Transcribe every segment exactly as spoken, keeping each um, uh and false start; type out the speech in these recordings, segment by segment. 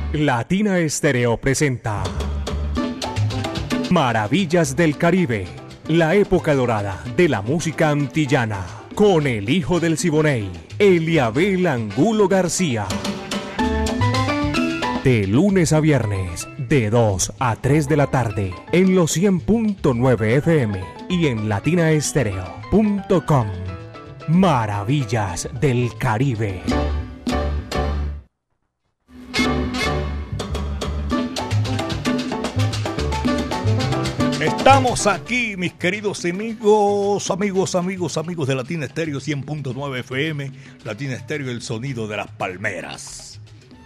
Latina Estéreo presenta Maravillas del Caribe, la época dorada de la música antillana, con el hijo del Siboney, Eliabel Angulo García. De lunes a viernes, de dos a tres de la tarde, en los cien punto nueve F M y en latina estéreo punto com. Maravillas del Caribe. Estamos aquí, mis queridos amigos, amigos, amigos, amigos de Latina Estéreo cien punto nueve F M, Latina Estéreo, el sonido de las palmeras.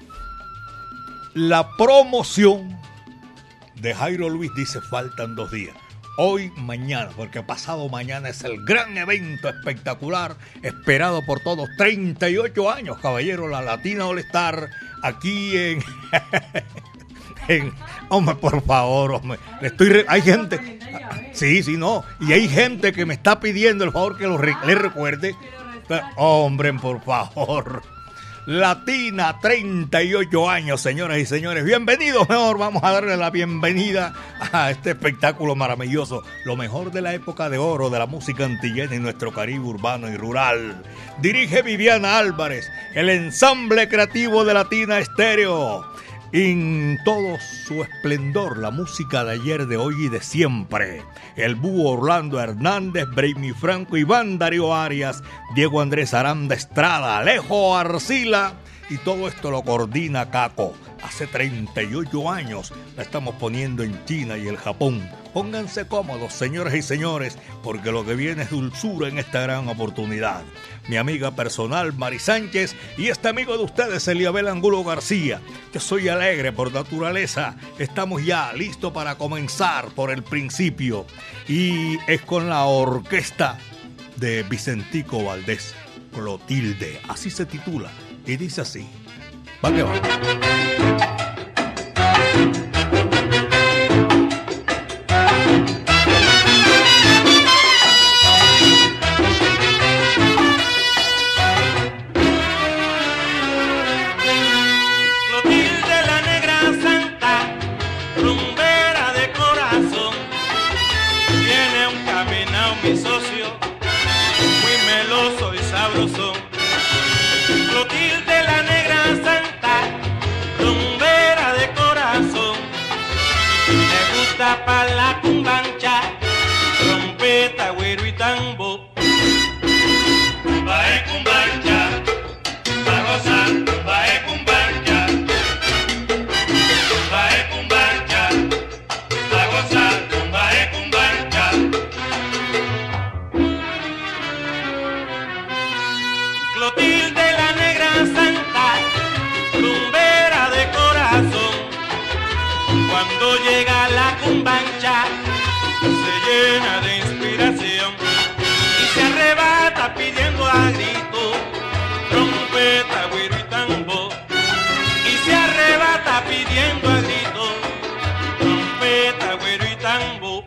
La promoción de Jairo Luis dice faltan dos días. Hoy, mañana, porque pasado mañana es el gran evento espectacular esperado por todos. treinta y ocho años, caballero, la Latina All Star aquí en... en hombre, por favor, hombre. Le estoy re... Hay gente... Sí, sí, no. Y hay gente que me está pidiendo el favor que lo re... le recuerde. Pero, hombre, por favor. Latina, treinta y ocho años, señoras y señores. Bienvenidos, mejor. Vamos a darle la bienvenida a este espectáculo maravilloso. Lo mejor de la época de oro de la música antillana en nuestro Caribe urbano y rural. Dirige Viviana Álvarez, el ensamble creativo de Latina Estéreo. En todo su esplendor, la música de ayer, de hoy y de siempre. El Búho Orlando Hernández, Brainy Franco, Iván Darío Arias, Diego Andrés Aranda Estrada, Alejo Arcila, y todo esto lo coordina Caco. Hace treinta y ocho años la estamos poniendo en China y el Japón. Pónganse cómodos, señoras y señores, porque lo que viene es dulzura en esta gran oportunidad. Mi amiga personal, Mari Sánchez, y este amigo de ustedes, Eliabel Angulo García. Yo soy alegre por naturaleza. Estamos ya listos para comenzar por el principio. Y es con la orquesta de Vicentico Valdés, Clotilde. Así se titula. Y dice así. Va que va. Clotilde la negra santa, rumbera de corazón, me gusta pa' la cumbancha, trompeta, güero y tambo. Bae cumbancha, pa' gozar, bae cumbancha, bae cumbancha, pa' gozar, bae cumbancha. Clotilde la negra santa, rumbera de corazón, cuando llega la cumbancha se llena de inspiración y se arrebata pidiendo a grito trompeta, güiro y tambor, y se arrebata pidiendo a grito trompeta, güiro y tambor.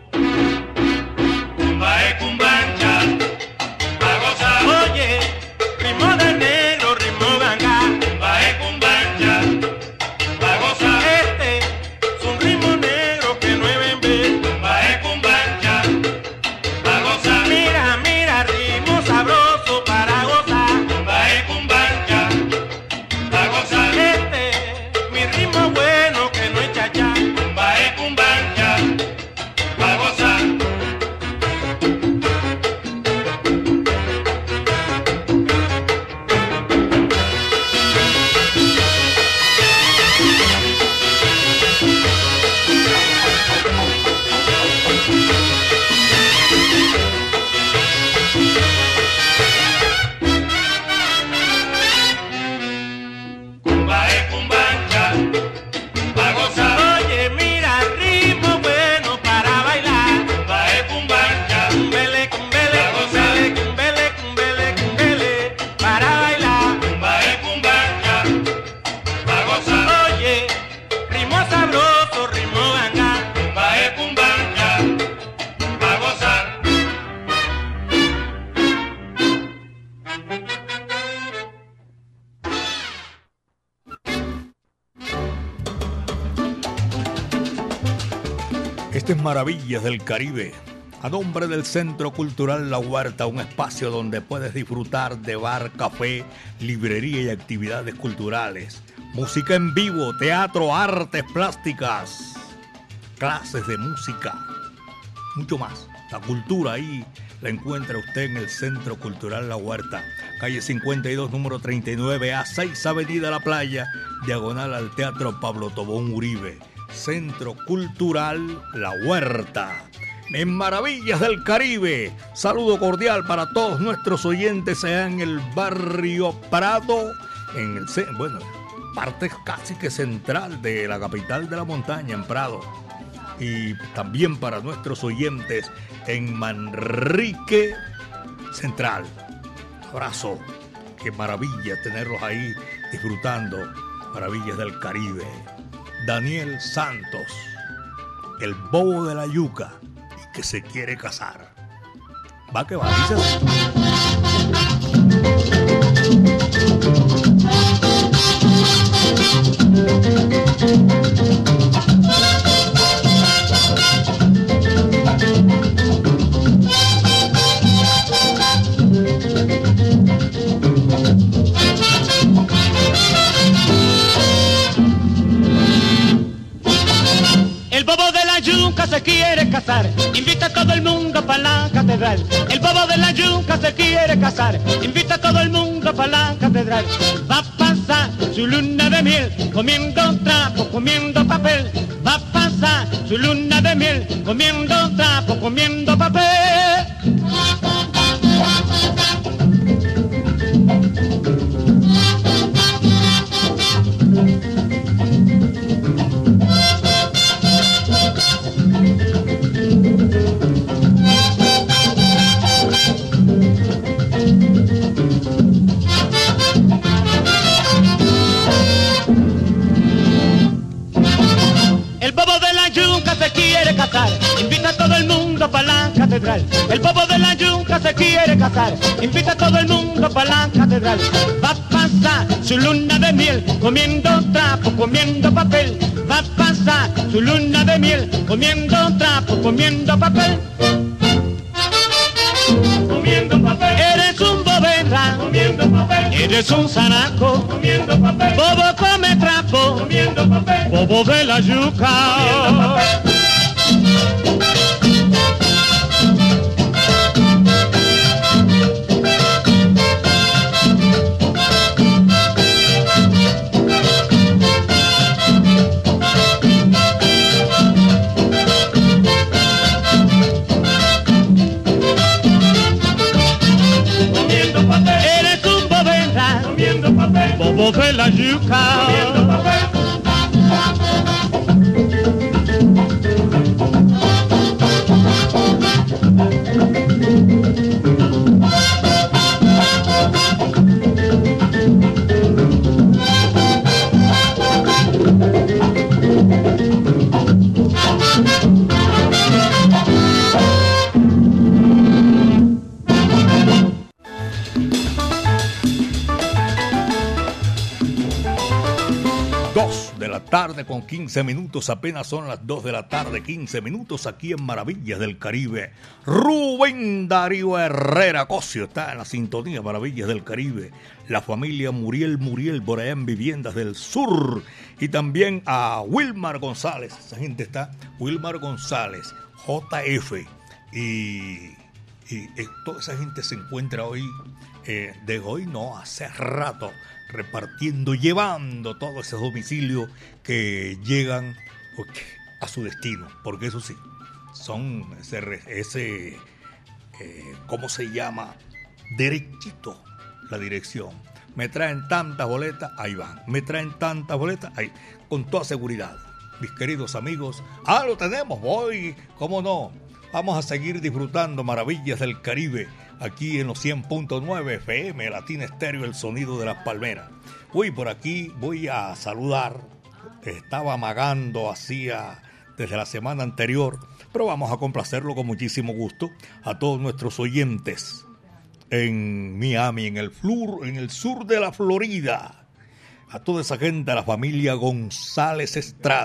Bae cumbancha, a gozar. Oye, ritmo de negro, ritmo ganga, bae cumbancha, pa' gozar. Este es un ritmo negro que no es bembé, bae cumbancha, pa' gozar. Mira, mira, ritmo sabroso para gozar, bae cumbancha, pa' gozar. Este es mi ritmo bueno que Este es Maravillas del Caribe, a nombre del Centro Cultural La Huerta, un espacio donde puedes disfrutar de bar, café, librería y actividades culturales, música en vivo, teatro, artes plásticas, clases de música, mucho más. La cultura ahí la encuentra usted en el Centro Cultural La Huerta, calle cincuenta y dos, número treinta y nueve A seis, Avenida La Playa, diagonal al Teatro Pablo Tobón Uribe. Centro Cultural La Huerta, en Maravillas del Caribe. Saludo cordial para todos nuestros oyentes, sea en el barrio Prado, en el bueno, parte casi que central de la capital de la montaña, en Prado. Y también para nuestros oyentes en Manrique Central. Abrazo, qué maravilla tenerlos ahí disfrutando Maravillas del Caribe. Daniel Santos, el bobo de la yuca y que se quiere casar. Va que va, dice así. El bobo de la yuca se quiere casar, invita a todo el mundo para la catedral. El bobo de la yuca se quiere casar, invita a todo el mundo para la catedral. Va a pasar su luna de miel, comiendo trapo, comiendo papel. Va a pasar su luna de miel, comiendo trapo, comiendo papel. Invita a todo el mundo para la catedral. El bobo de la yuca se quiere casar, invita a todo el mundo para la catedral. Va a pasar su luna de miel, comiendo trapo, comiendo papel. Va a pasar su luna de miel, comiendo trapo, comiendo papel. Comiendo papel. Eres un boberra, comiendo papel. Eres un zanaco, comiendo papel. Bobo come trapo, comiendo papel. Bobo de la yuca, comiendo papel. Bobo de la yuca, comiendo papel. Tarde con quince minutos, apenas son las dos de la tarde, quince minutos aquí en Maravillas del Caribe. Rubén Darío Herrera Cosio está en la sintonía Maravillas del Caribe. La familia Muriel Muriel por allá en Viviendas del Sur. Y también a Wilmar González, esa gente está, Wilmar González, J F. Y, y eh, toda esa gente se encuentra hoy, eh, de hoy no, hace rato, repartiendo, llevando todos esos domicilios que llegan a su destino, porque eso sí, son ese, ese eh, ¿cómo se llama? Derechito la dirección. Me traen tantas boletas, ahí van. Me traen tantas boletas, ahí, con toda seguridad. Mis queridos amigos, ah, lo tenemos, voy, cómo no. Vamos a seguir disfrutando Maravillas del Caribe aquí en los cien punto nueve F M, Latina Estéreo, el sonido de las palmeras. Uy, por aquí voy a saludar. Estaba amagando hacía desde la semana anterior, pero vamos a complacerlo con muchísimo gusto a todos nuestros oyentes en Miami, en el, flur, en el sur de la Florida. A toda esa gente, a la familia González Estrada.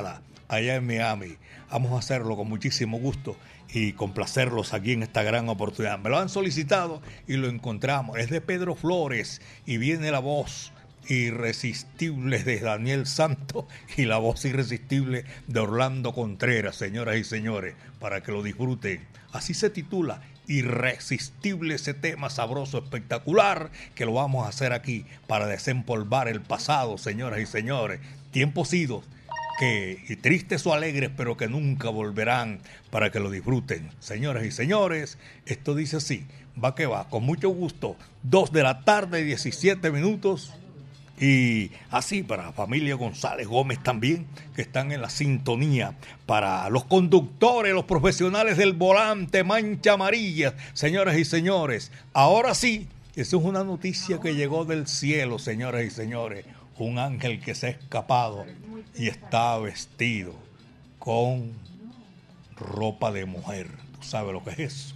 allá en Miami. Vamos a hacerlo con muchísimo gusto y complacerlos aquí en esta gran oportunidad. Me lo han solicitado y lo encontramos. Es de Pedro Flores y viene la voz irresistible de Daniel Santos y la voz irresistible de Orlando Contreras, señoras y señores, para que lo disfruten. Así se titula, Irresistible, ese tema sabroso, espectacular, que lo vamos a hacer aquí para desempolvar el pasado, señoras y señores. Tiempos idos, que y tristes o alegres, pero que nunca volverán, para que lo disfruten. Señoras y señores, esto dice así, va que va, con mucho gusto, dos de la tarde, diecisiete minutos, y así para la familia González Gómez también, que están en la sintonía, para los conductores, los profesionales del volante, mancha amarilla, señoras y señores. Ahora sí, eso es una noticia que llegó del cielo, señoras y señores, un ángel que se ha escapado y está vestido con ropa de mujer. ¿Tú sabes lo que es eso?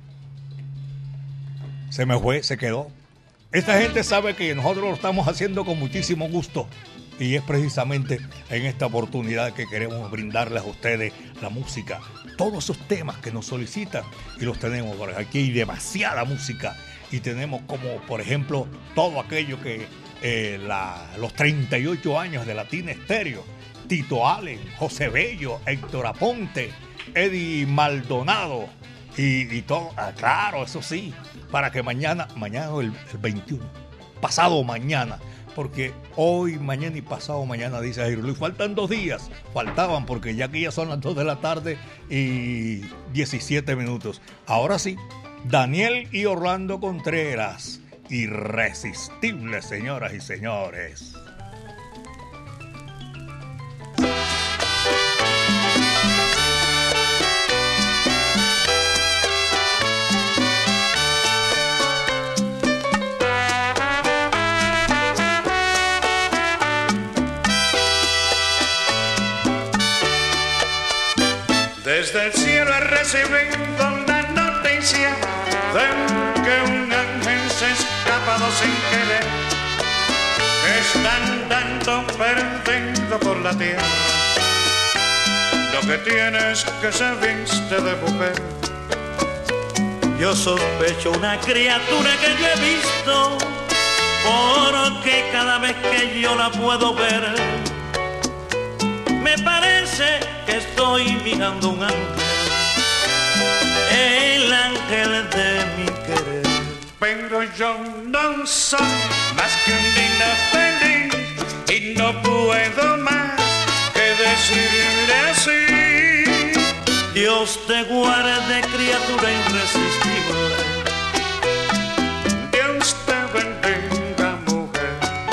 Se me fue, se quedó. Esta gente sabe que nosotros lo estamos haciendo con muchísimo gusto y es precisamente en esta oportunidad que queremos brindarles a ustedes la música, todos esos temas que nos solicitan y los tenemos, porque aquí hay demasiada música y tenemos como por ejemplo todo aquello que eh, la, los treinta y ocho años de Latina Estéreo, Tito Allen, José Bello, Héctor Aponte, Eddie Maldonado y, y todo, ah, claro, eso sí, para que mañana, mañana el, el veintiuno, pasado mañana, porque hoy, mañana y pasado mañana, dice Jairo Luis, faltan dos días, faltaban porque ya que ya son las dos de la tarde y diecisiete minutos. Ahora sí, Daniel y Orlando Contreras, Irresistible, señoras y señores. Desde el cielo he recibido la noticia de que un ángel se ha escapado sin querer, que están dando perdido por la tierra. Lo que tiene es que se viste de mujer. Yo sospecho una criatura que yo he visto, porque cada vez que yo la puedo ver, me parece que estoy mirando un ángel, el ángel de mi querer. Pero yo no soy más que un niño feliz y no puedo más que decirle así. Dios te guarde, criatura irresistible. Dios te bendiga, mujer.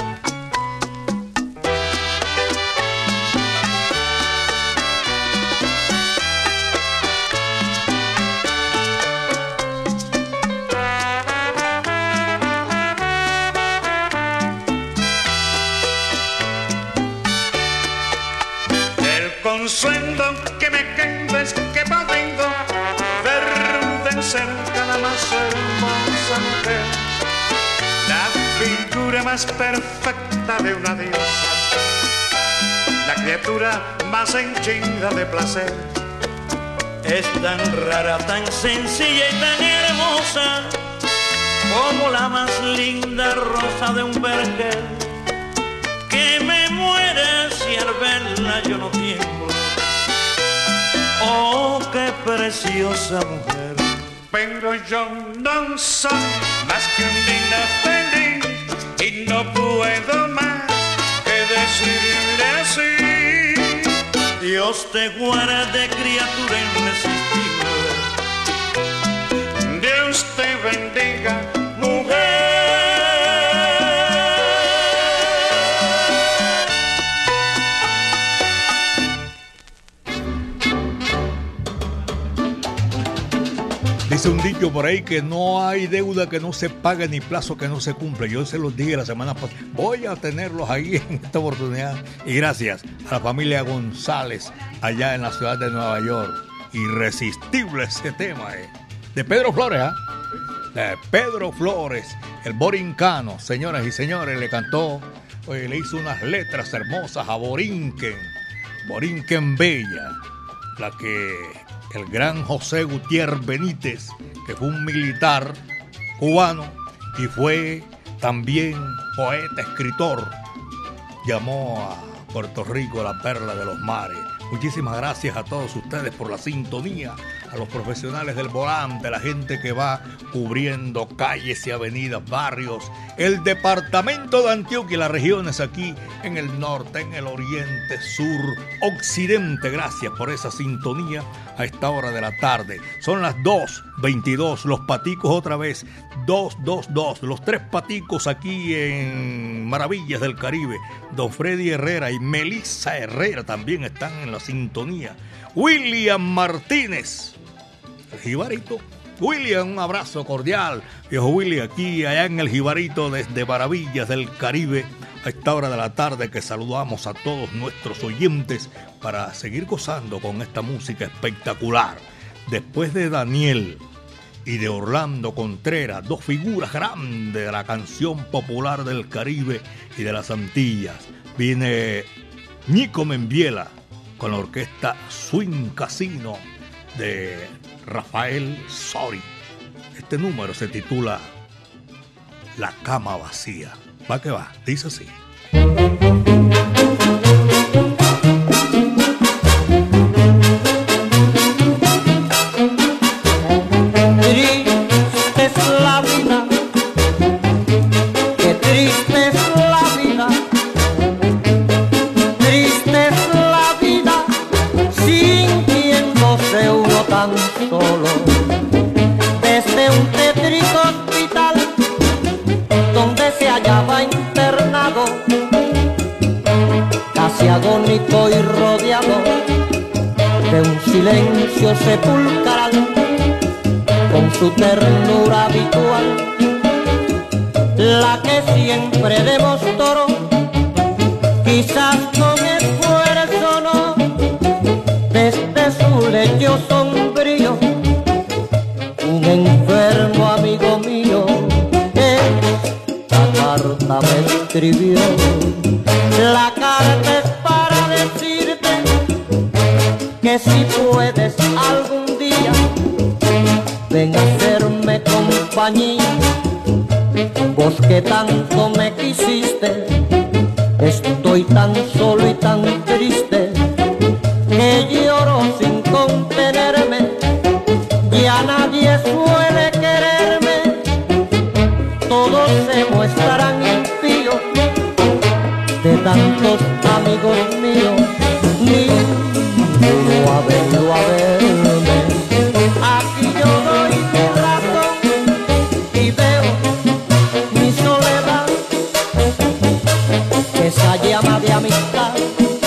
El consuelo que me queda es que puedo ver de cerca la más hermosa mujer, la figura más perfecta de una diosa, la criatura más henchida de placer. Es tan rara, tan sencilla y tan hermosa, como la más linda rosa de un vergel, que me muere si al verla yo no tiemblo. Oh, qué preciosa mujer. Pero yo no soy más que un niño feliz y no puedo más que decirle así. Dios te guarde, criatura irresistible. Dios te bendiga, mujer. Dice un dicho por ahí que no hay deuda que no se pague ni plazo que no se cumple. Yo se los dije la semana pasada. Voy a tenerlos ahí en esta oportunidad. Y gracias a la familia González allá en la ciudad de Nueva York. Irresistible ese tema, eh. De Pedro Flores, ¿ah? ¿eh? De Pedro Flores, el borincano. Señoras y señores, le cantó, oye, le hizo unas letras hermosas a Borinquen. Borinquen-Bella, la que el gran José Gutiérrez Benítez, que fue un militar cubano y fue también poeta, escritor, llamó a Puerto Rico la perla de los mares. Muchísimas gracias a todos ustedes por la sintonía, a los profesionales del volante, la gente que va cubriendo calles y avenidas, barrios, el departamento de Antioquia y las regiones aquí en el norte, en el oriente, sur, occidente. Gracias por esa sintonía a esta hora de la tarde. Son las dos veintidós, los paticos otra vez, dos dos dos, los tres paticos aquí en Maravillas del Caribe. Don Freddy Herrera y Melissa Herrera también están en la sintonía. William Martínez, el jibarito. William, un abrazo cordial. Viejo Willy, aquí, allá en el jibarito desde Maravillas del Caribe, a esta hora de la tarde que saludamos a todos nuestros oyentes para seguir gozando con esta música espectacular. Después de Daniel y de Orlando Contreras, dos figuras grandes de la canción popular del Caribe y de las Antillas, viene Nico Membiela con la orquesta Swing Casino de Rafael Sori. Este número se titula La Cama Vacía. Va que va, dice así. Triste es la vida, qué triste es la vida, triste es la vida, sintiéndose uno tan solo, desde un tétrico hospital donde se hallaba internado, casi agónico y rodeado de un silencio sepulcral, con su ternura habitual, la que siempre demostró, quizás con esfuerzo no, desde su lecho sombrío, un enfermo amigo mío, esta carta me escribió. La carta es para decirte que si puedes algún día, ven a hacerme compañía, vos que tanto me quisiste. Estoy tan solo y tan triste que lloro sin contenerme, ya nadie suele quererme, todos se muestran impíos de tantos amigos míos, ninguno ha venido a verme. Aquí yo doy mi razón y veo mi soledad, esa llama de amistad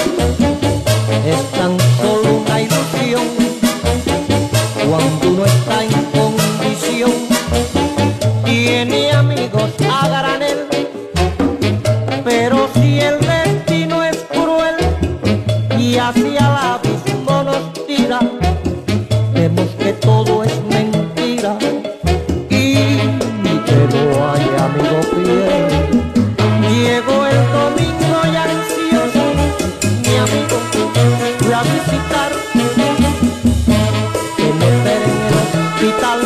es tan solo una ilusión, cuando uno está en condición, tiene amigos a granel, pero si el destino es cruel y hacia el abismo nos tira, vemos que todo es mentira y que no hay amigo fiel. Llegó el domingo y ansioso, mi amigo fui a visitar, que me espera en el hospital,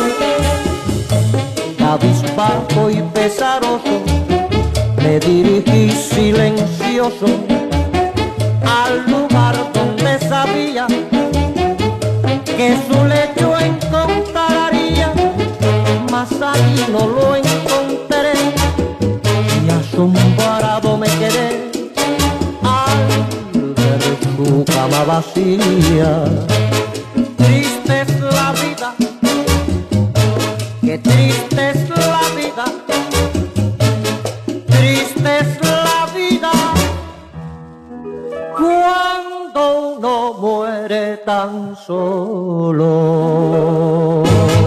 cabizbajo y pesaroso, me dirigí silencioso al lugar donde sabía que su lecho encontraría, mas allí no lo encontré y asombrado me quedé al ver su cama vacía. Triste es la vida, qué triste es la vida, triste es la vida, cuando uno muere tan solo.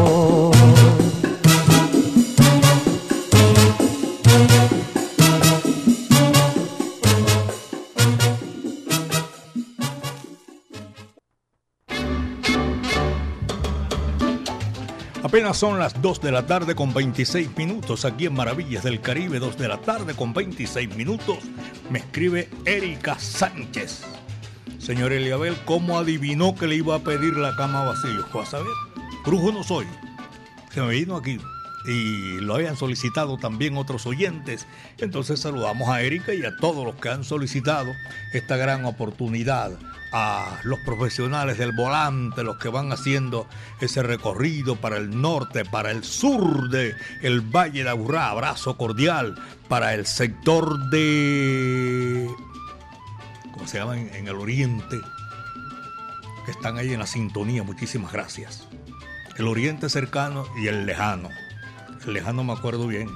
Apenas son las dos de la tarde con veintiséis minutos aquí en Maravillas del Caribe, dos de la tarde con veintiséis minutos. Me escribe Erika Sánchez. señor Eliabel, cómo adivinó que le iba a pedir la cama a Basilio. Fue a saber, brujo no soy. Se me vino aquí y lo habían solicitado también otros oyentes. Entonces saludamos a Erika y a todos los que han solicitado esta gran oportunidad, a los profesionales del volante, los que van haciendo ese recorrido para el norte, para el sur de el Valle de Aburrá. Abrazo cordial para el sector de, ¿cómo se llama? En, en el oriente, que están ahí en la sintonía. Muchísimas gracias. El oriente cercano y el lejano. El lejano me acuerdo bien.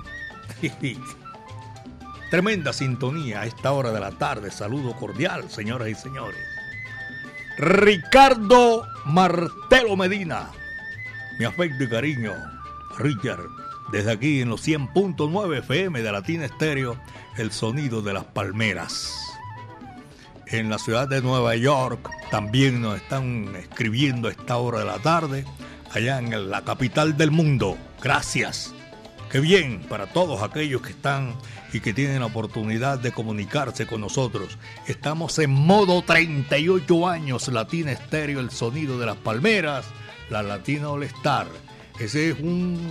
Tremenda sintonía a esta hora de la tarde. Saludo cordial, señoras y señores. Ricardo Martelo Medina. Mi afecto y cariño, Richard. Desde aquí en los cien punto nueve F M de Latina Estéreo, el sonido de las palmeras. En la ciudad de Nueva York también nos están escribiendo a esta hora de la tarde. Allá en la capital del mundo. Gracias. Qué bien para todos aquellos que están y que tienen la oportunidad de comunicarse con nosotros. Estamos en modo treinta y ocho años, Latina Estéreo, el sonido de las palmeras, la Latina All Star. Ese es un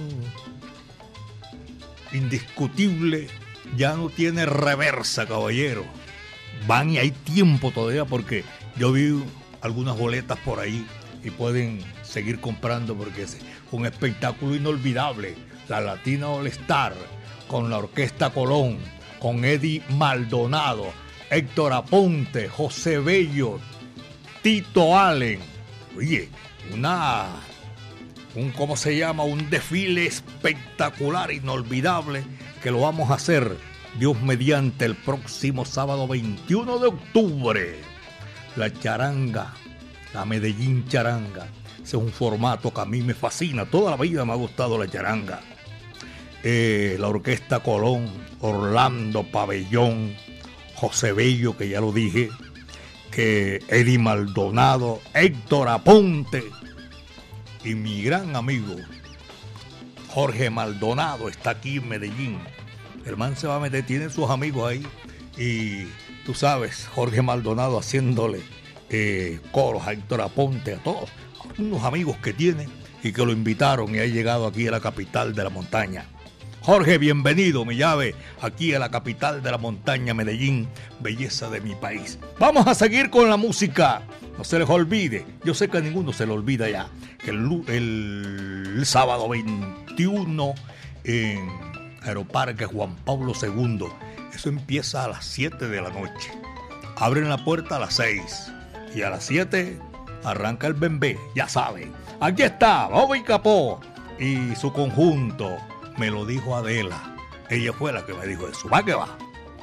indiscutible, ya no tiene reversa, caballero. Van y hay tiempo todavía porque yo vi algunas boletas por ahí y pueden seguir comprando porque es un espectáculo inolvidable. La Latina All Star, con la Orquesta Colón, con Eddie Maldonado, Héctor Aponte, José Bello, Tito Allen. Oye, una, un, ¿cómo se llama? Un desfile espectacular, inolvidable, que lo vamos a hacer, Dios mediante, el próximo sábado veintiuno de octubre. La charanga, la Medellín Charanga. Ese es un formato que a mí me fascina. Toda la vida me ha gustado la charanga. Eh, la Orquesta Colón, Orlando Pabellón, José Bello, que ya lo dije, que Eddie Maldonado, Héctor Aponte y mi gran amigo Jorge Maldonado está aquí en Medellín. El man se va a meter, tiene sus amigos ahí y tú sabes, Jorge Maldonado haciéndole eh, coros a Héctor Aponte, a todos, unos amigos que tiene y que lo invitaron y ha llegado aquí a la capital de la montaña. Jorge, bienvenido, mi llave, aquí a la capital de la montaña, Medellín, belleza de mi país. Vamos a seguir con la música, no se les olvide, yo sé que a ninguno se le olvida ya, que el, el, el sábado veintiuno en Aeroparque Juan Pablo segundo, eso empieza a las siete de la noche, abren la puerta a las seis y a las siete arranca el bembé, ya saben. Aquí está Bobby Capó y su conjunto. Me lo dijo Adela. Ella fue la que me dijo eso. Va que va.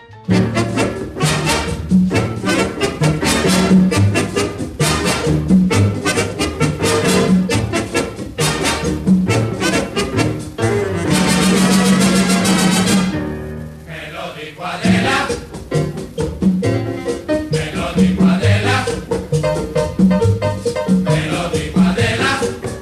Me lo dijo Adela. Me lo dijo Adela. Me lo dijo Adela.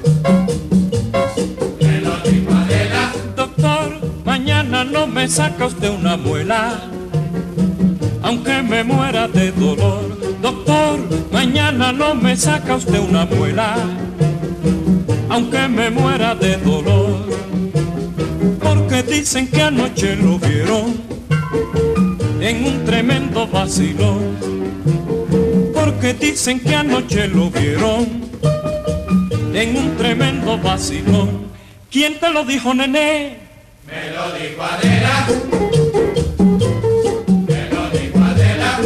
Me lo dijo Adela. Doctor, mañana no me saca usted una muela, aunque me muera de dolor. Doctor, mañana no me saca usted una muela, aunque me muera de dolor. Porque dicen que anoche lo vieron en un tremendo vacilón. Porque dicen que anoche lo vieron en un tremendo vacilón. ¿Quién te lo dijo, nené? Me lo dijo Adela. Me lo dijo Adela.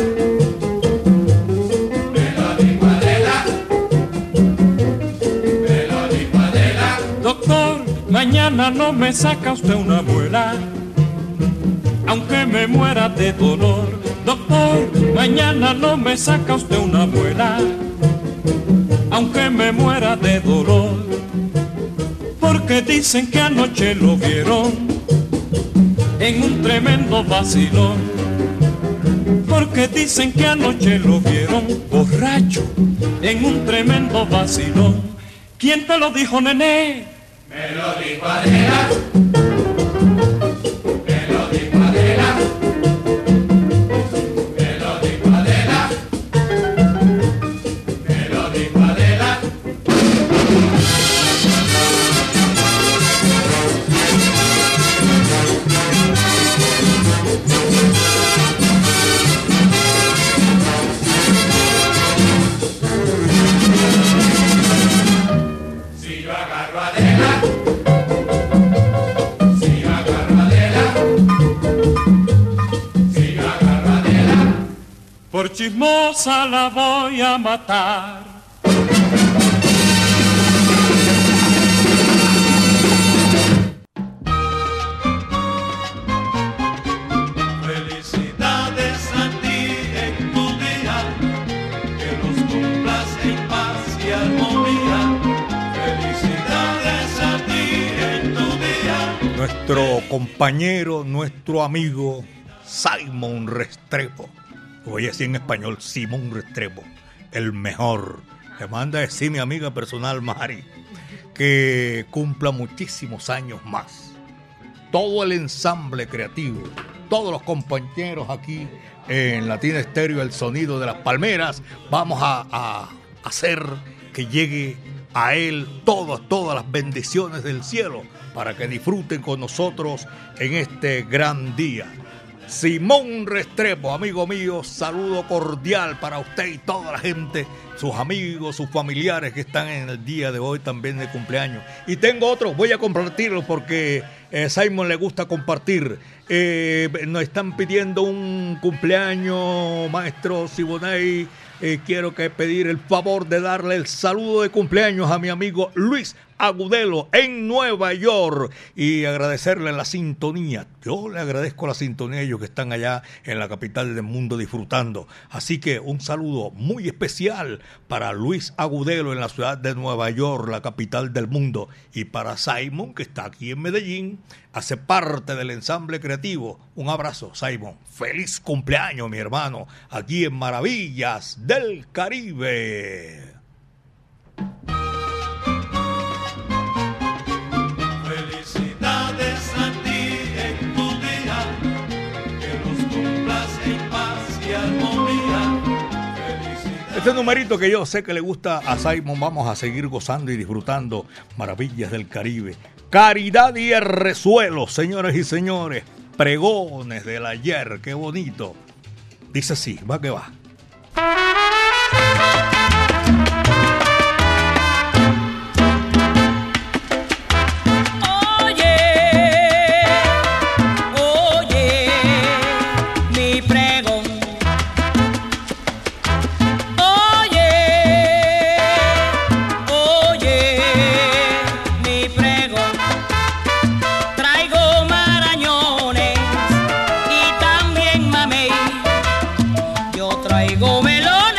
Me lo dijo Adela. Me lo dijo Adela. Doctor, mañana no me saca usted una muela, aunque me muera de dolor. Doctor, mañana no me saca usted una muela, aunque me muera de dolor. Porque dicen que anoche lo vieron en un tremendo vacilón. Porque dicen que anoche lo vieron borracho en un tremendo vacilón. ¿Quién te lo dijo, nené? Me lo dijo Adela. Me lo dijo Adela. Me lo dijo Adela. chismosa la voy a matar. Felicidades a ti en tu día, que los cumplas en paz y armonía. Felicidades a ti en tu día. Nuestro compañero, nuestro amigo Simón Restrepo, voy a decir en español, Simón Restrepo, el mejor. Le manda a decir mi amiga personal Mari que cumpla muchísimos años más. Todo el ensamble creativo, todos los compañeros aquí en Latina Estéreo, el sonido de las palmeras, vamos a, a hacer que llegue a él todas, todas las bendiciones del cielo para que disfruten con nosotros en este gran día. Simón Restrepo, amigo mío, saludo cordial para usted y toda la gente, sus amigos, sus familiares que están en el día de hoy también de cumpleaños. Y tengo otro, voy a compartirlo porque eh, Simón le gusta compartir. Eh, nos están pidiendo un cumpleaños, maestro Siboney. Eh, quiero que pedir el favor de darle el saludo de cumpleaños a mi amigo Luis Agudelo en Nueva York y agradecerle la sintonía. Yo le agradezco la sintonía a ellos que están allá en la capital del mundo disfrutando. Así que un saludo muy especial para Luis Agudelo en la ciudad de Nueva York, la capital del mundo, y para Simon, que está aquí en Medellín, hace parte del ensamble creativo. Un abrazo, Simon. Feliz cumpleaños, mi hermano, aquí en Maravillas del Caribe. Felicidades a ti en tu día, que los cumplas en paz y armonía. Felicidades. Este numerito que yo sé que le gusta a Simon, vamos a seguir gozando y disfrutando Maravillas del Caribe. Caridad y el resuelo, señores y señores. Pregones del ayer, qué bonito. Dice así, va que va. Traigo melones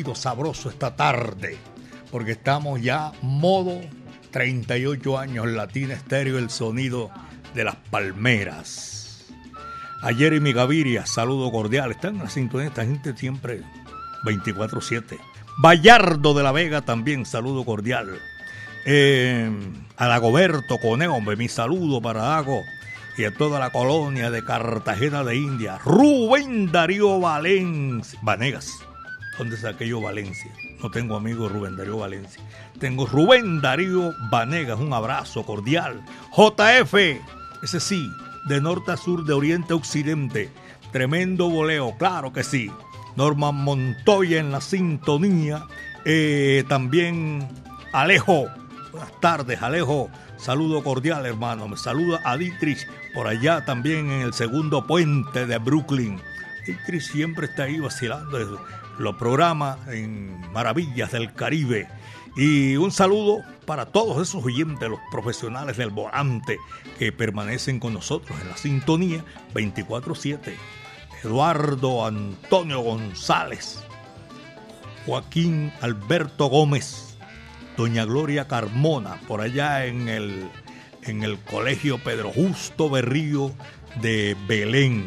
sonido sabroso esta tarde, porque estamos ya modo treinta y ocho años Latina Estéreo, el sonido de las palmeras. A Jeremy Gaviria, saludo cordial. Están en la sintonía, esta gente siempre veinticuatro siete. Bayardo de la Vega también, saludo cordial. Eh, a Dagoberto Coneo, hombre, mi saludo para Dago y a toda la colonia de Cartagena de India. Rubén Darío Valencia, Vanegas. ¿Dónde es aquello Valencia? No tengo amigo Rubén Darío Valencia. Tengo Rubén Darío Vanegas, un abrazo cordial. J F, ese sí, de norte a sur, de oriente a occidente. Tremendo voleo, claro que sí. Norman Montoya en la sintonía. Eh, también Alejo. Buenas tardes, Alejo. Saludo cordial, hermano. Me saluda a Dietrich por allá también en el segundo puente de Brooklyn. Dietrich siempre está ahí vacilando los programas en Maravillas del Caribe. Y un saludo para todos esos oyentes, los profesionales del volante que permanecen con nosotros en la sintonía veinticuatro siete. Eduardo Antonio González, Joaquín Alberto Gómez, doña Gloria Carmona, por allá en el, en el Colegio Pedro Justo Berrío de Belén.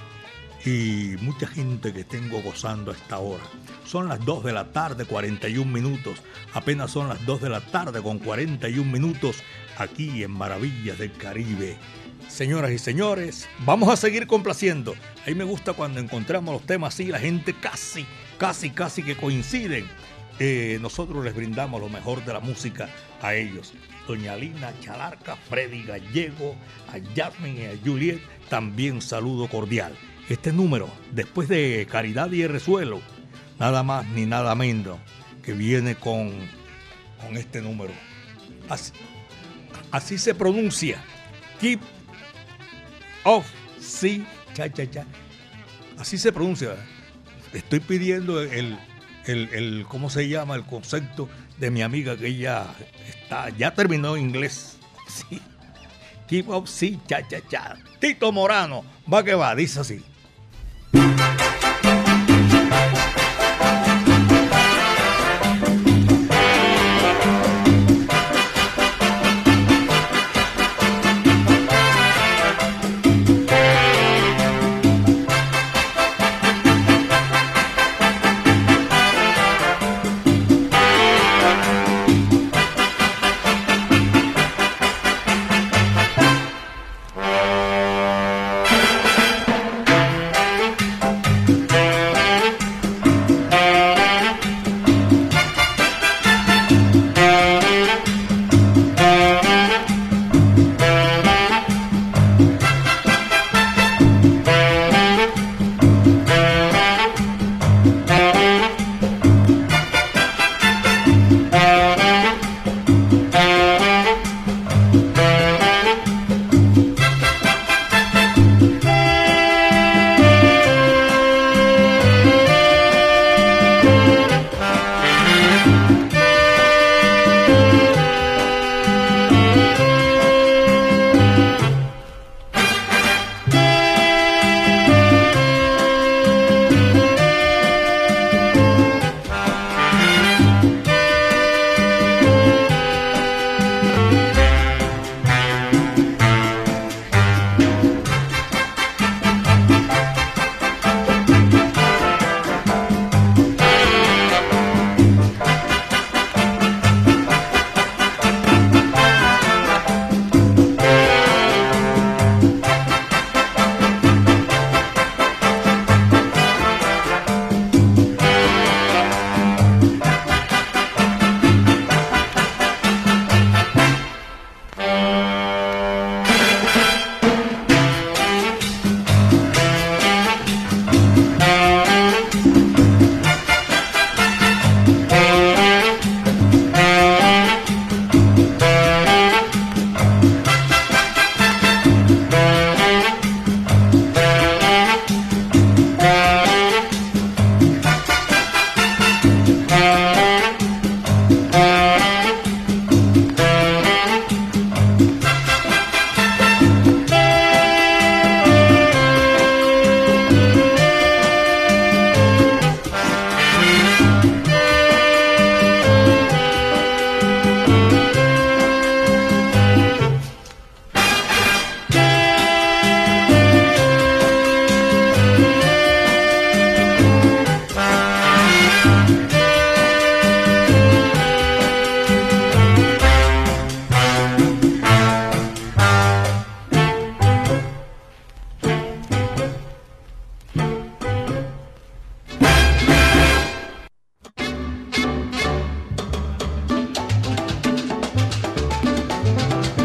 Y mucha gente que tengo gozando a esta hora. Son las dos de la tarde, cuarenta y un minutos. Apenas son las dos de la tarde con cuarenta y un minutos aquí en Maravillas del Caribe. Señoras y señores, vamos a seguir complaciendo. A mí me gusta cuando encontramos los temas así, la gente casi, casi, casi que coinciden. Eh, nosotros les brindamos lo mejor de la música a ellos. Doña Lina Chalarca, Freddy Gallego, a Jasmine y a Juliet, también saludo cordial. Este número, después de Caridad y Resuelo, nada más ni nada menos, que viene con, con este número. Así, así se pronuncia. Keep off, sí, cha, cha, cha. Así se pronuncia. Estoy pidiendo el, el, el, ¿cómo se llama? El concepto de mi amiga que ella está, ya terminó inglés. Sí. Keep off, sí, cha, cha, cha. Tito Morano, va que va, dice así.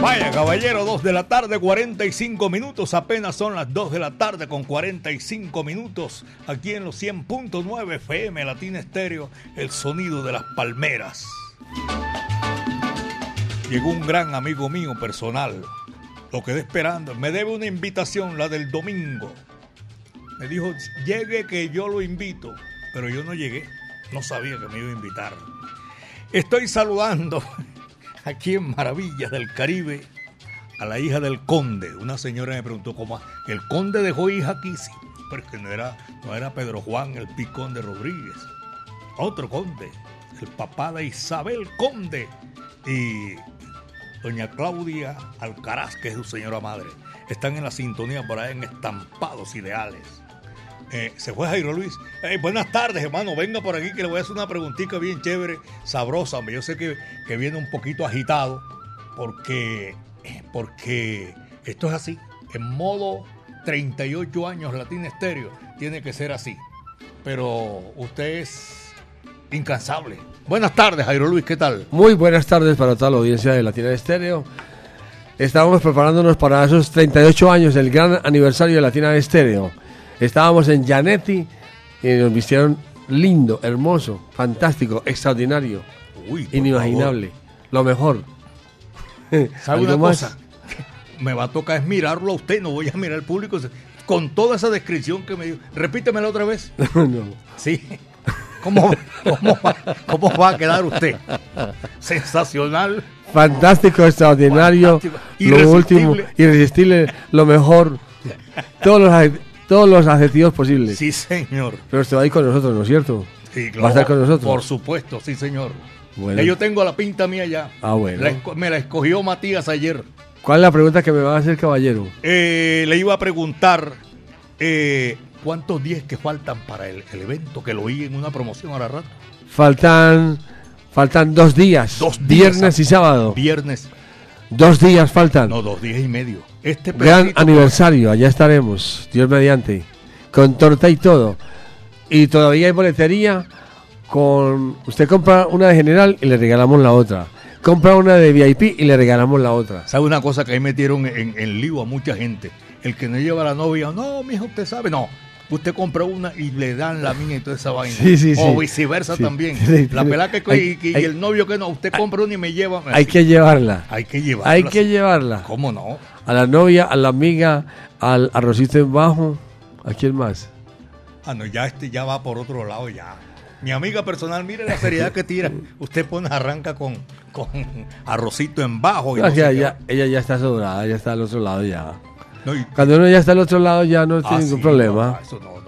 Vaya, caballero, dos de la tarde, cuarenta y cinco minutos. Apenas son las dos de la tarde con cuarenta y cinco minutos. Aquí en los cien punto nueve F M, Latina Estéreo, el sonido de las palmeras. Llegó un gran amigo mío personal. Lo quedé esperando. Me debe una invitación, la del domingo. Me dijo, llegue que yo lo invito. Pero yo no llegué. No sabía que me iba a invitar. Estoy saludando aquí en Maravillas del Caribe a la hija del conde. Una señora me preguntó cómo el conde dejó hija aquí, sí, pero es que no era, no era Pedro Juan el Picón de Rodríguez, otro conde, el papá de Isabel Conde y doña Claudia Alcaraz, que es su señora madre. Están en la sintonía por ahí en Estampados Ideales. Eh, se fue Jairo Luis. Hey, buenas tardes, hermano. Venga por aquí que le voy a hacer una preguntita bien chévere, sabrosa. Yo sé que, que viene un poquito agitado porque, porque esto es así. En modo treinta y ocho años Latina Estéreo tiene que ser así. Pero usted es incansable. Buenas tardes, Jairo Luis. ¿Qué tal? Muy buenas tardes para toda la audiencia de Latina Estéreo. Estábamos preparándonos para esos treinta y ocho años del gran aniversario de Latina Estéreo. Estábamos en Gianetti y nos vistieron lindo, hermoso, fantástico, extraordinario, Uy, inimaginable, favor. Lo mejor. ¿Sabe una más? Cosa? Me va a tocar es mirarlo a usted, no voy a mirar al público con toda esa descripción que me dio. Repítemela otra vez. No. Sí. ¿Cómo, cómo, va, ¿Cómo va a quedar usted? Sensacional. Fantástico, extraordinario, fantástico, lo último, irresistible, lo mejor. Todos los Todos los adjetivos posibles. Sí, señor. Pero usted va a ir con nosotros, ¿no es cierto? Sí, claro. ¿Va a estar con nosotros? Por supuesto, sí, señor. Bueno. Yo tengo la pinta mía ya. Ah, bueno. La esco- me la escogió Matías ayer. ¿Cuál es la pregunta que me va a hacer, caballero? Eh, le iba a preguntar eh, cuántos días que faltan para el, el evento, que lo oí en una promoción ahora rato. Faltan, faltan dos días. Dos días. Viernes y sábado. Viernes. Dos días faltan. No, dos días y medio. Este gran aniversario, allá estaremos, Dios mediante, con torta y todo. Y todavía hay boletería. Con usted compra una de general y le regalamos la otra. Compra una de V I P y le regalamos la otra. ¿Sabe una cosa que ahí metieron en, en lío a mucha gente? El que no lleva a la novia, no, mijo, usted sabe, no. Usted compra una y le dan la mía y toda esa vaina. Sí, sí, o sí. viceversa sí. también. Sí, la pelada que hay, y, y hay, el novio que no, usted compra una y me lleva. Hay así. que llevarla. Hay que llevarla. Hay que llevarla. ¿Cómo no? A la novia, a la amiga, al arrocito en bajo. ¿A quién más? Ah, no, ya este ya va por otro lado ya. Mi amiga personal, mire la seriedad que tira. Usted pone, arranca con, con arrocito en bajo. Y no, no ya, sé ya, ella ya está sobrada, ya está al otro lado ya. No, y, Cuando uno ya está al otro lado ya no ah, tiene ningún sí, problema. No, eso no, no.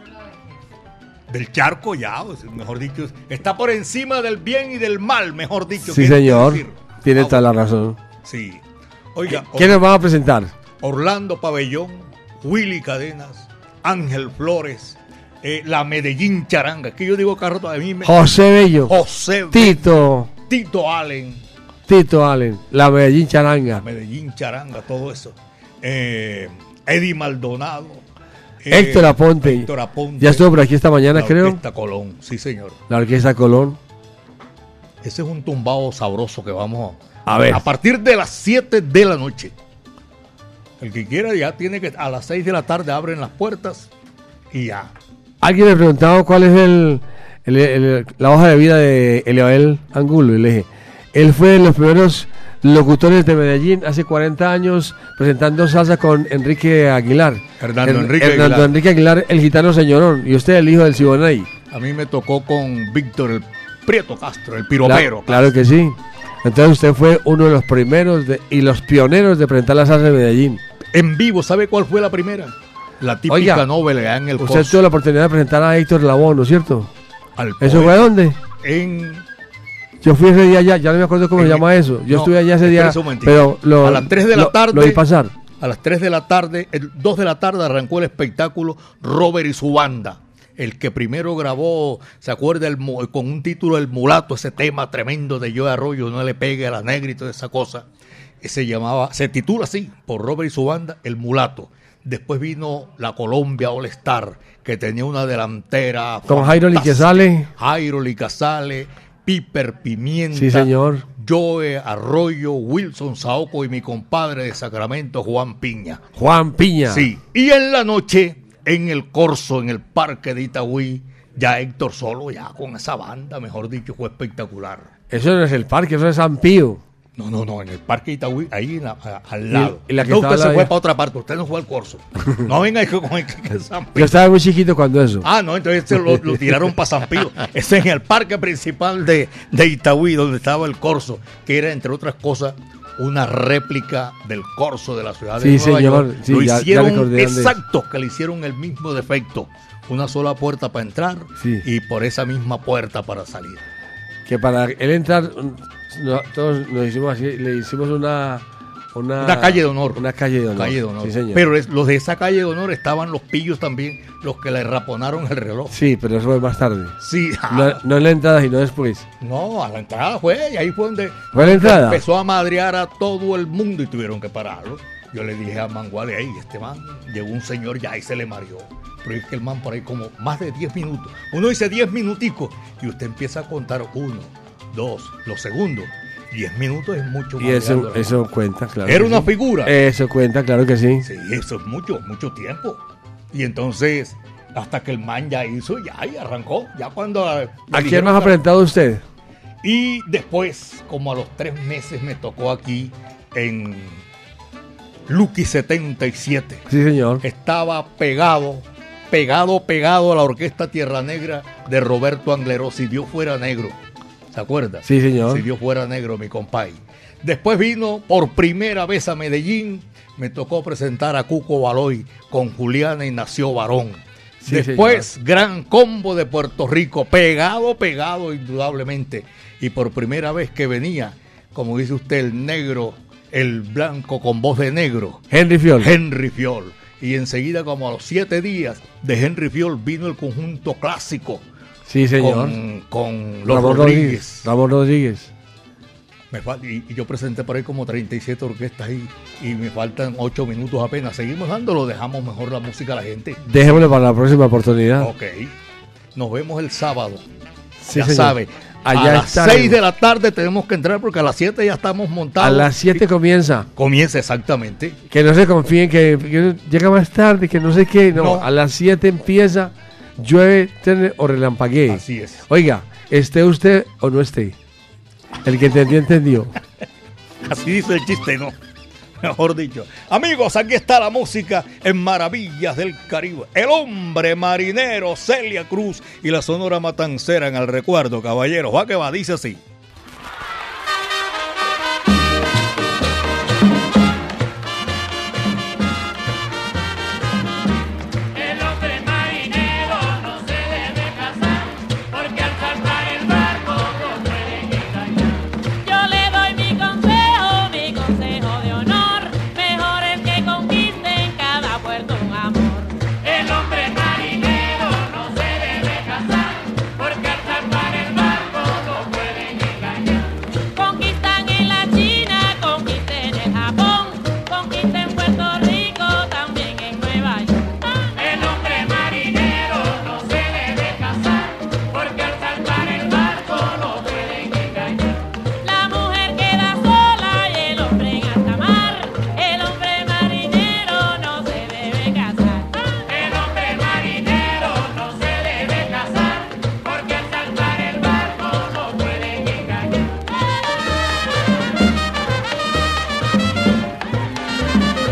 Del charco ya, mejor dicho, está por encima del bien y del mal, mejor dicho. Sí, señor, tiene ah, toda la razón. Sí. Oiga, ¿quién nos va a presentar? Orlando Pabellón, Willy Cadenas, Ángel Flores, eh, la Medellín Charanga, que yo digo carro a mí me... José Bello, José Tito, Bello, Tito Allen, Tito Allen, la Medellín Charanga, la Medellín Charanga, todo eso. Eh, Eddie Maldonado, eh, Héctor Aponte, Héctor Aponte, ya estuvo por aquí esta mañana, la creo. La Orquesta Colón, sí señor. La Orquesta Colón. Ese es un tumbado sabroso que vamos a, a ver. A partir de las siete de la noche. El que quiera ya tiene que, a las seis de la tarde abren las puertas y ya. Alguien me preguntaba cuál es el, el, el la hoja de vida de Eliabel Angulo y le dije, él fue de los primeros locutores de Medellín hace cuarenta años presentando salsa con Enrique Aguilar. Hernando er, Enrique Hernando Aguilar. Enrique Aguilar, el gitano señorón, y usted el hijo del Siboney. A mí me tocó con Víctor el Prieto Castro, el piropero. Claro, claro que sí. Entonces usted fue uno de los primeros de, y los pioneros de presentar la salsa de Medellín. En vivo, ¿sabe cuál fue la primera? La típica Oiga, novela en el usted Corso. tuvo la oportunidad de presentar a Héctor Lavoe, ¿no es cierto? Al ¿Eso fue a dónde? En... Yo fui ese día allá, ya no me acuerdo cómo se llama eso. Yo no, estuve allá ese día, pero lo, a las tres de la lo, tarde lo vi pasar. A las tres de la tarde, el dos de la tarde arrancó el espectáculo Robert y su banda. El que primero grabó, ¿se acuerda? El, con un título El Mulato, ese tema tremendo de Joe Arroyo, no le pegue a la negra y toda esa cosa. Se llamaba, se titula así, por Robert y su banda, El Mulato. Después vino la Colombia All Star, que tenía una delantera con Jairo Licasale. Jairo Licasale, Piper Pimienta, Sí, señor. Joe Arroyo, Wilson Saoco y mi compadre de Sacramento, Juan Piña. Juan Piña. Sí, y en la noche, en el Corso, en el Parque de Itagüí, ya Héctor Solo, ya con esa banda, mejor dicho, fue espectacular. Eso no es el parque, eso es San Pío. No, no, no, en el Parque de Itagüí, ahí en la- a- al lado. y la que no, estaba usted se la- fue para otra parte, usted no fue al Corso. No venga con el que- que San Yo Pío. estaba muy chiquito cuando eso. Ah, no, entonces se lo, lo tiraron para San Pío. Ese es en el parque principal de, de Itagüí, donde estaba el Corso, que era, entre otras cosas, una réplica del Corso de la ciudad Sí, de Nueva señor. York. Sí, lo ya- ya hicieron recordé dónde es. exacto, que le hicieron el mismo defecto. Una sola puerta para entrar Sí. y por esa misma puerta para salir. Que para él entrar, mm, no- todos nos hicimos así, le hicimos una... Una, Una calle de honor. Una calle de honor. Calle de honor. Sí, señor. Pero es- los de esa calle de honor estaban los pillos también, los que le raponaron el reloj. Sí, pero eso fue más tarde. Sí, No, no en la entrada, sino después. no, a la entrada fue, y ahí fue donde ¿Fue a la entrada? empezó a madrear a todo el mundo y tuvieron que pararlo. Yo le dije a Manguale, ahí, este man, llegó un señor ya y se le mareó. Pero es que el man por ahí como más de diez minutos. Uno dice diez minuticos y usted empieza a contar uno, dos, los segundos. diez minutos es mucho. Y eso, mareando, eso cuenta, claro. Era que una sí. figura. Eso cuenta, claro que sí. Sí, eso es mucho, mucho tiempo. Y entonces, hasta que el man ya hizo, ya, y arrancó. Ya cuando... le ¿A quién dijeron más ha que- presentado usted? Y después, como a los tres meses, me tocó aquí en Lucky setenta y siete. Sí, señor. Estaba pegado, pegado, pegado a la orquesta Tierra Negra de Roberto Angleró, Si Dios fuera negro. ¿Se acuerda? Sí, señor. Si Dios fuera negro, mi compay. Después vino por primera vez a Medellín. Me tocó presentar a Cuco Baloy con Juliana y Nació Varón. Sí, Después, Gran Combo de Puerto Rico, pegado, pegado indudablemente. Y por primera vez que venía, como dice usted, el negro, el blanco con voz de negro, Henry Fiol. Henry Fiol. Y enseguida, como a los siete días de Henry Fiol, vino el conjunto clásico Sí, señor. con, con los Ramón Rodríguez. Ramón Rodríguez. Me fal- y, y yo presenté por ahí como treinta y siete orquestas y, y me faltan ocho minutos apenas. ¿Seguimos dándolo? ¿Dejamos mejor la música a la gente? Dejémoslo para la próxima oportunidad. Ok. Nos vemos el sábado. Sí, ya señor. sabe. Allá a las estaremos. seis de la tarde tenemos que entrar porque a las siete ya estamos montados. A las siete comienza. Comienza exactamente. Que no se confíen, que, que llega más tarde, que no sé qué. No, No. a las siete empieza, llueve, truene o relampaguee. Así es. Oiga, esté usted o no esté. El que entendió, entendió. Así dice el chiste, ¿no? Mejor dicho. Amigos, aquí está la música en Maravillas del Caribe. El hombre marinero, Celia Cruz y la Sonora Matancera en el recuerdo, caballeros. Va que va, dice así. El hombre marinero no se debe casar, porque al saltar el barco lo pueden engañar. Yo le doy mi consejo, mi consejo de honor, mejor es que conquiste en cada puerto un amor. El hombre marinero no se debe casar, porque al saltar el barco lo pueden engañar. Conquistan en la China, conquisten en el Japón, conquisten en Puerto Rico, también en Nueva York. El hombre marinero no se debe casar, porque al saltar el barco lo pueden engañar. La mujer queda sola y el hombre en alta mar. El hombre marinero no se debe casar. El hombre marinero no se debe casar, porque al saltar el barco lo pueden engañar.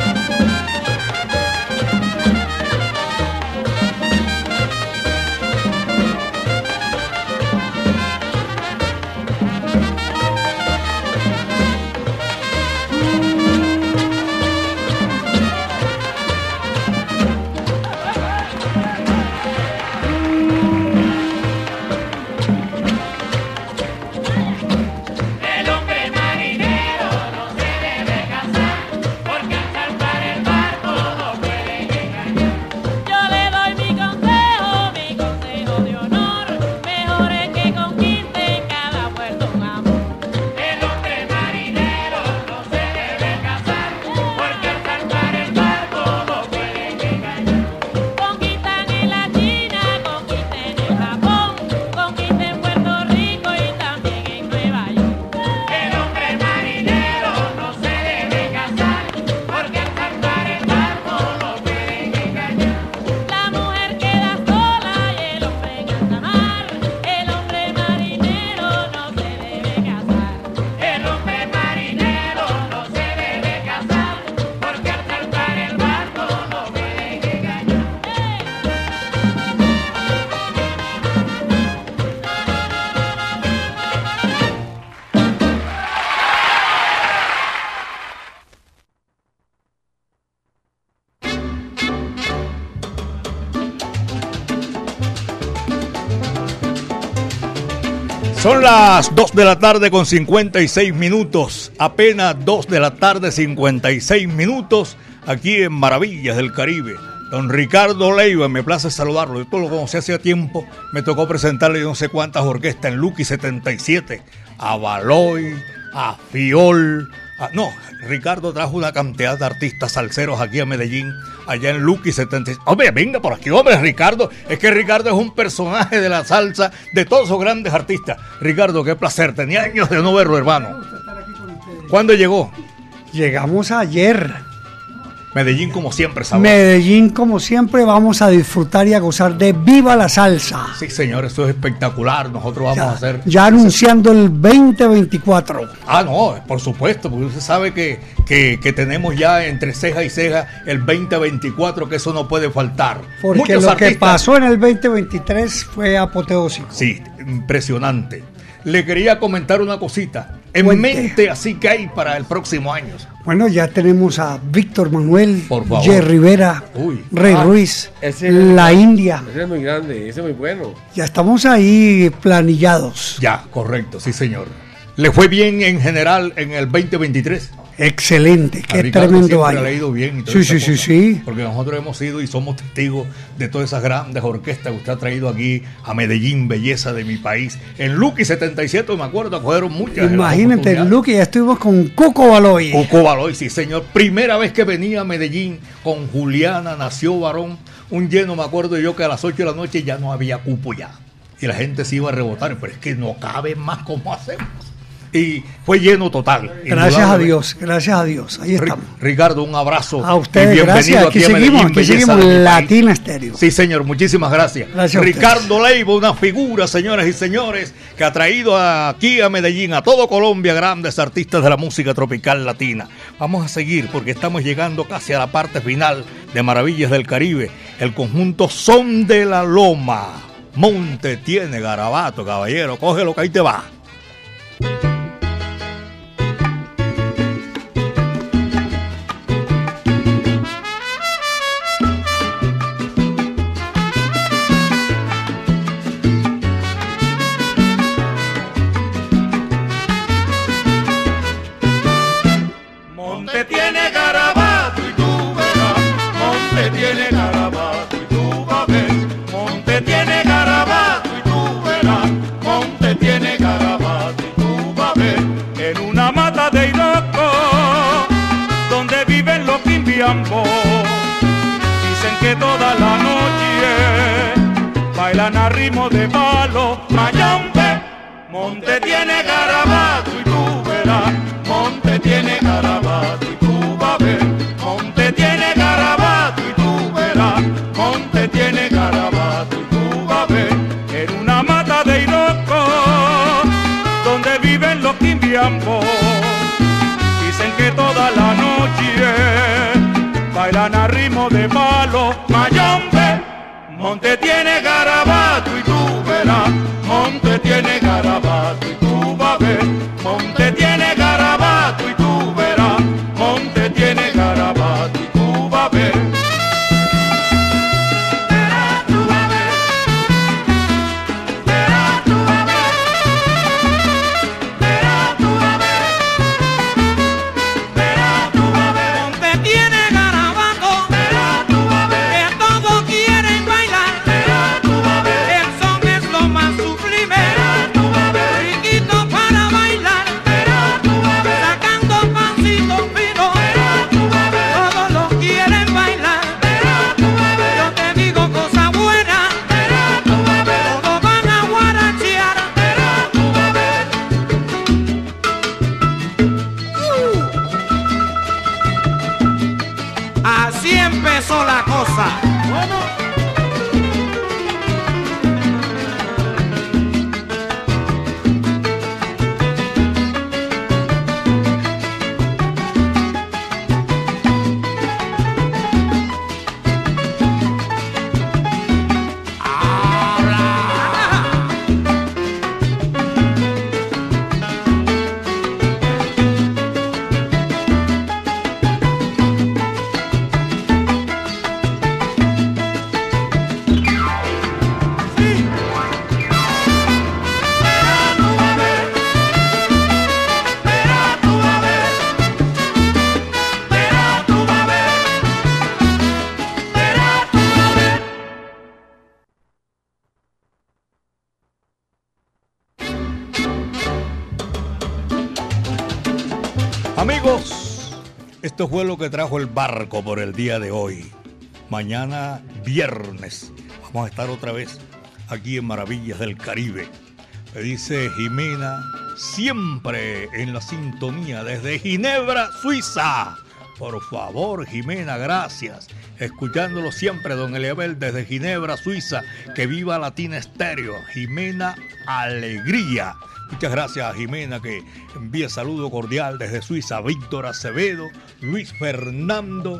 Son las dos de la tarde con cincuenta y seis minutos, apenas dos de la tarde cincuenta y seis minutos, aquí en Maravillas del Caribe. Don Ricardo Leiva, me place saludarlo. Yo todo lo conocí hace tiempo, me tocó presentarle no sé cuántas orquestas en Lucky setenta y siete, a Baloy, a Fiol, a... no, Ricardo trajo una cantidad de artistas salseros aquí a Medellín, allá en Lucky setenta y siete. Hombre, venga por aquí, hombre, Ricardo. Es que Ricardo es un personaje de la salsa, de todos esos grandes artistas. Ricardo, qué placer, tenía años de no verlo, hermano. ¿Cuándo llegó? Llegamos ayer. Medellín como siempre, ¿sabes? Medellín como siempre, vamos a disfrutar y a gozar de Viva la Salsa. Sí, señor, esto es espectacular. Nosotros vamos ya, a hacer... Ya anunciando el veinte veinticuatro. Ah, no, por supuesto, porque usted sabe que, que, que tenemos ya entre ceja y ceja el veinte veinticuatro, que eso no puede faltar. Porque Muchos lo artistas... que pasó en el veinte veintitrés fue apoteósico. Sí, impresionante. Le quería comentar una cosita. En Cuente. mente así que hay para el próximo año. Bueno, ya tenemos a Víctor Manuel, Por favor. Jerry Rivera, Uy. Rey Ah, Ruiz, ese es La muy- India. Ese es muy grande, ese es muy bueno. Ya estamos ahí planillados. Ya, correcto, sí, señor. ¿Le fue bien en general en el veinte veintitrés? Excelente, A qué Ricardo tremendo siempre año. le ha ido bien y toda Sí, esa sí, sí, cosa, sí. porque nosotros hemos sido y somos testigos de todas esas grandes orquestas que usted ha traído aquí a Medellín, belleza de mi país. En Lucky setenta y siete, me acuerdo, fueron muchas. Imagínate, oportunidades. Luque, ya estuvimos con Cuco Baloy. Cuco Baloy, sí, señor. Primera vez que venía a Medellín con Juliana, nació varón. Un lleno, me acuerdo yo que a las ocho de la noche ya no había cupo ya. Y la gente se iba a rebotar, pero es que no cabe más, ¿cómo hacemos? Y fue lleno total. Gracias a Dios, gracias a Dios. Ahí estamos. Ricardo, un abrazo. A ustedes, y bienvenido gracias. Aquí a Medellín, seguimos, aquí belleza seguimos de mi en país. Latina Estéreo. Sí, señor, muchísimas gracias. Gracias a Ricardo Leiva, una figura, señoras y señores, que ha traído aquí a Medellín, a todo Colombia, grandes artistas de la música tropical latina. Vamos a seguir porque estamos llegando casi a la parte final de Maravillas del Caribe. El conjunto Son de la Loma. Monte tiene garabato, caballero. Cógelo que ahí te va. Monte tiene garabato y tú verás, monte tiene garabato y tú vas a ver, monte tiene garabato y tú verás, monte tiene garabato y tú vas a ver, en una mata de hinoco, donde viven los quimbiambos, dicen que toda la noche bailan a ritmo de palo, mayombe, monte tiene garabato y tú verás, monte tiene garabato y tú vas a ver, monte tiene garabato y tú verás, monte tiene garabato y tú vas a ver, en una mata de hinoco, donde viven los quimbiambos, dicen que toda la noche bailan a ritmo de palo, mayombe, monte tiene garabato y tú verás, monte tiene garabato y tú vas a ver, monte tiene garabato y tú verás, monte tiene garabato y tú vas a ver. Verás tú a ver, verás tú a ver, verás tú a ver, verás tú a ver. Monte tiene garabato, Verás tú a ver, que todos quieren bailar. verás tú a ver, El son es lo más sublime, verás tú a ver, riquito para bailar, verás tú a ver, sacando pancito fino. verás tú a ver, Todos lo quieren bailar. verás tú a ver, Yo te digo cosa buena, verás tú a ver, todos van a guarachear. verás tú a ver. Así empezó la cosa. amigos, esto fue lo que trajo el barco por el día de hoy. Mañana viernes vamos a estar otra vez aquí en Maravillas del Caribe. Me dice Jimena, siempre en la sintonía desde Ginebra, Suiza. Por favor, Jimena, gracias. Escuchándolo siempre, don Eliabel, desde Ginebra, Suiza. Que viva Latina Estéreo. Jimena Alegría. Muchas gracias a Jimena, que envía saludo cordial desde Suiza. Víctor Acevedo, Luis Fernando.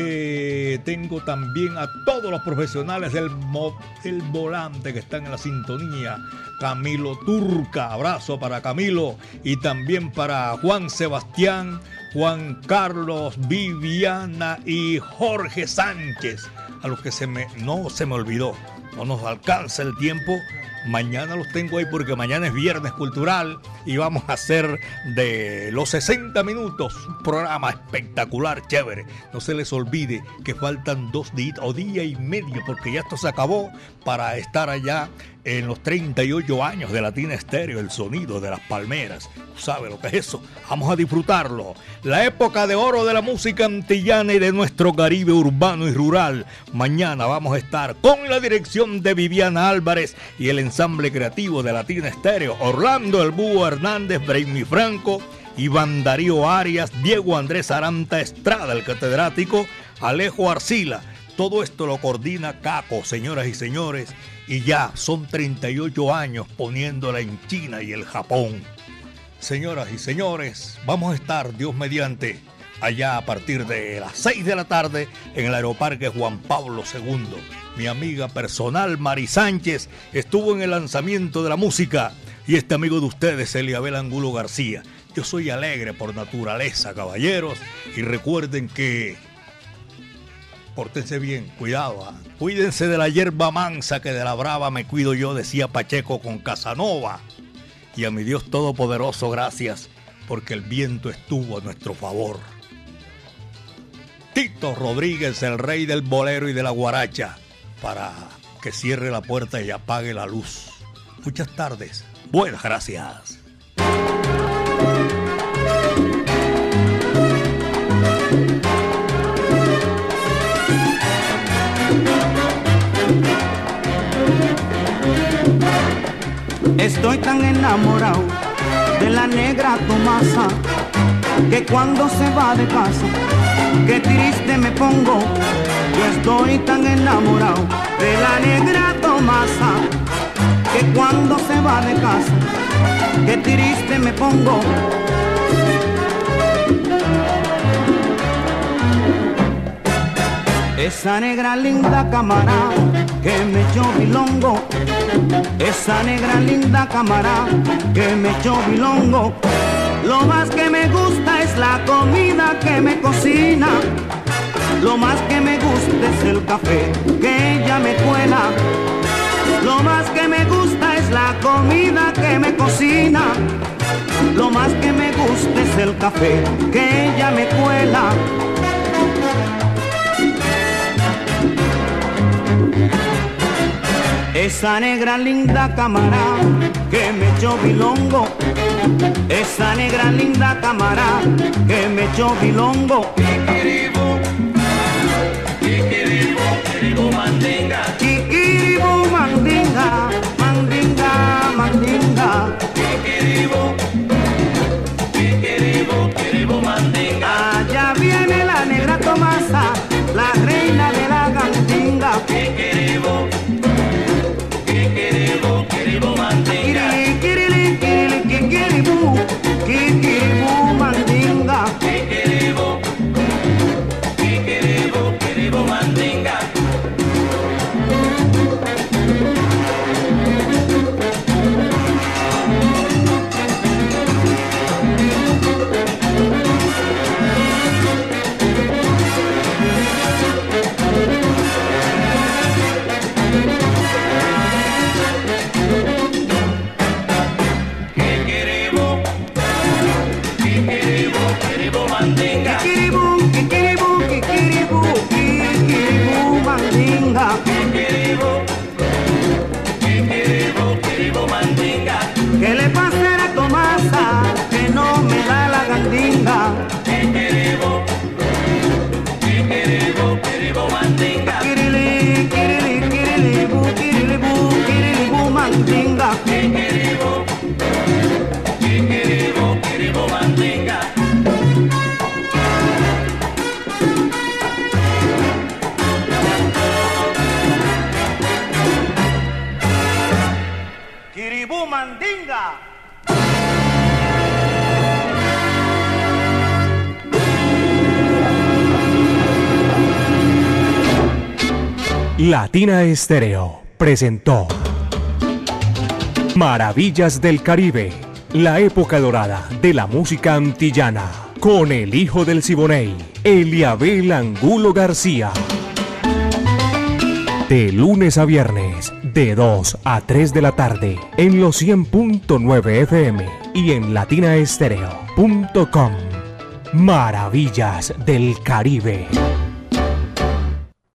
Eh, tengo también a todos los profesionales del, del volante que están en la sintonía. Camilo Turca, abrazo para Camilo. Y también para Juan Sebastián, Juan Carlos, Viviana y Jorge Sánchez. A los que se me, no se me olvidó, no nos alcanza el tiempo. Mañana los tengo ahí porque mañana es Viernes Cultural y vamos a hacer de los sesenta minutos un programa espectacular, chévere. No se les olvide que faltan dos días o día y medio porque ya esto se acabó para estar allá en los treinta y ocho años de Latina Estéreo, el sonido de las palmeras. ¿Sabe lo que es eso? Vamos a disfrutarlo. La época de oro de la música antillana y de nuestro Caribe urbano y rural. Mañana vamos a estar con la dirección de Viviana Álvarez y el ensamble creativo de Latina Estéreo. Orlando El Búho Hernández, Brainy Franco, Iván Darío Arias, Diego Andrés Aranta Estrada, el catedrático, Alejo Arcila. Todo esto lo coordina Caco, señoras y señores. Y ya son treinta y ocho años poniéndola en China y el Japón. Señoras y señores, vamos a estar, Dios mediante, allá a partir de las seis de la tarde en el Aeroparque Juan Pablo segundo. Mi amiga personal, Mari Sánchez, estuvo en el lanzamiento de la música. Y este amigo de ustedes, Eliabel Angulo García. Yo soy alegre por naturaleza, caballeros. Y recuerden que... pórtense bien, cuidado, ¿eh? Cuídense de la hierba mansa, que de la brava me cuido yo, decía Pacheco con Casanova. Y a mi Dios Todopoderoso, gracias, porque el viento estuvo a nuestro favor. Tito Rodríguez, el rey del bolero y de la guaracha, para que cierre la puerta y apague la luz. Muchas tardes, buenas gracias. Estoy tan enamorado de la negra Tomasa, que cuando se va de casa, qué triste me pongo. Yo estoy tan enamorado de la negra Tomasa, que cuando se va de casa, qué triste me pongo. Esa negra linda camarada que me echó bilongo, esa negra linda camarada que me echó bilongo. Lo más que me gusta es la comida que me cocina, lo más que me gusta es el café que ella me cuela. Lo más que me gusta es la comida que me cocina, lo más que me gusta es el café que ella me cuela. Esa negra linda camarada que me echó bilongo, esa negra linda camarada que me echó bilongo. Kikiribu, kikiribu, kikiribu mandinga, kikiribu mandinga, mandinga, mandinga. Kikiribu, kikiribu, kikiribu mandinga. Allá viene la negra Tomasa, la reina de la cantinga. Kikiribu, kikiribu, kikiribu mandinga. Kikirili, kirili, kikiribu, kikiribu mandinga. Kikiribu. Latina Estéreo presentó Maravillas del Caribe, la época dorada de la música antillana, con el hijo del Siboney, Eliabel Angulo García. De lunes a viernes, de dos a tres de la tarde, en los cien punto nueve F M y en latina estéreo punto com. Maravillas del Caribe.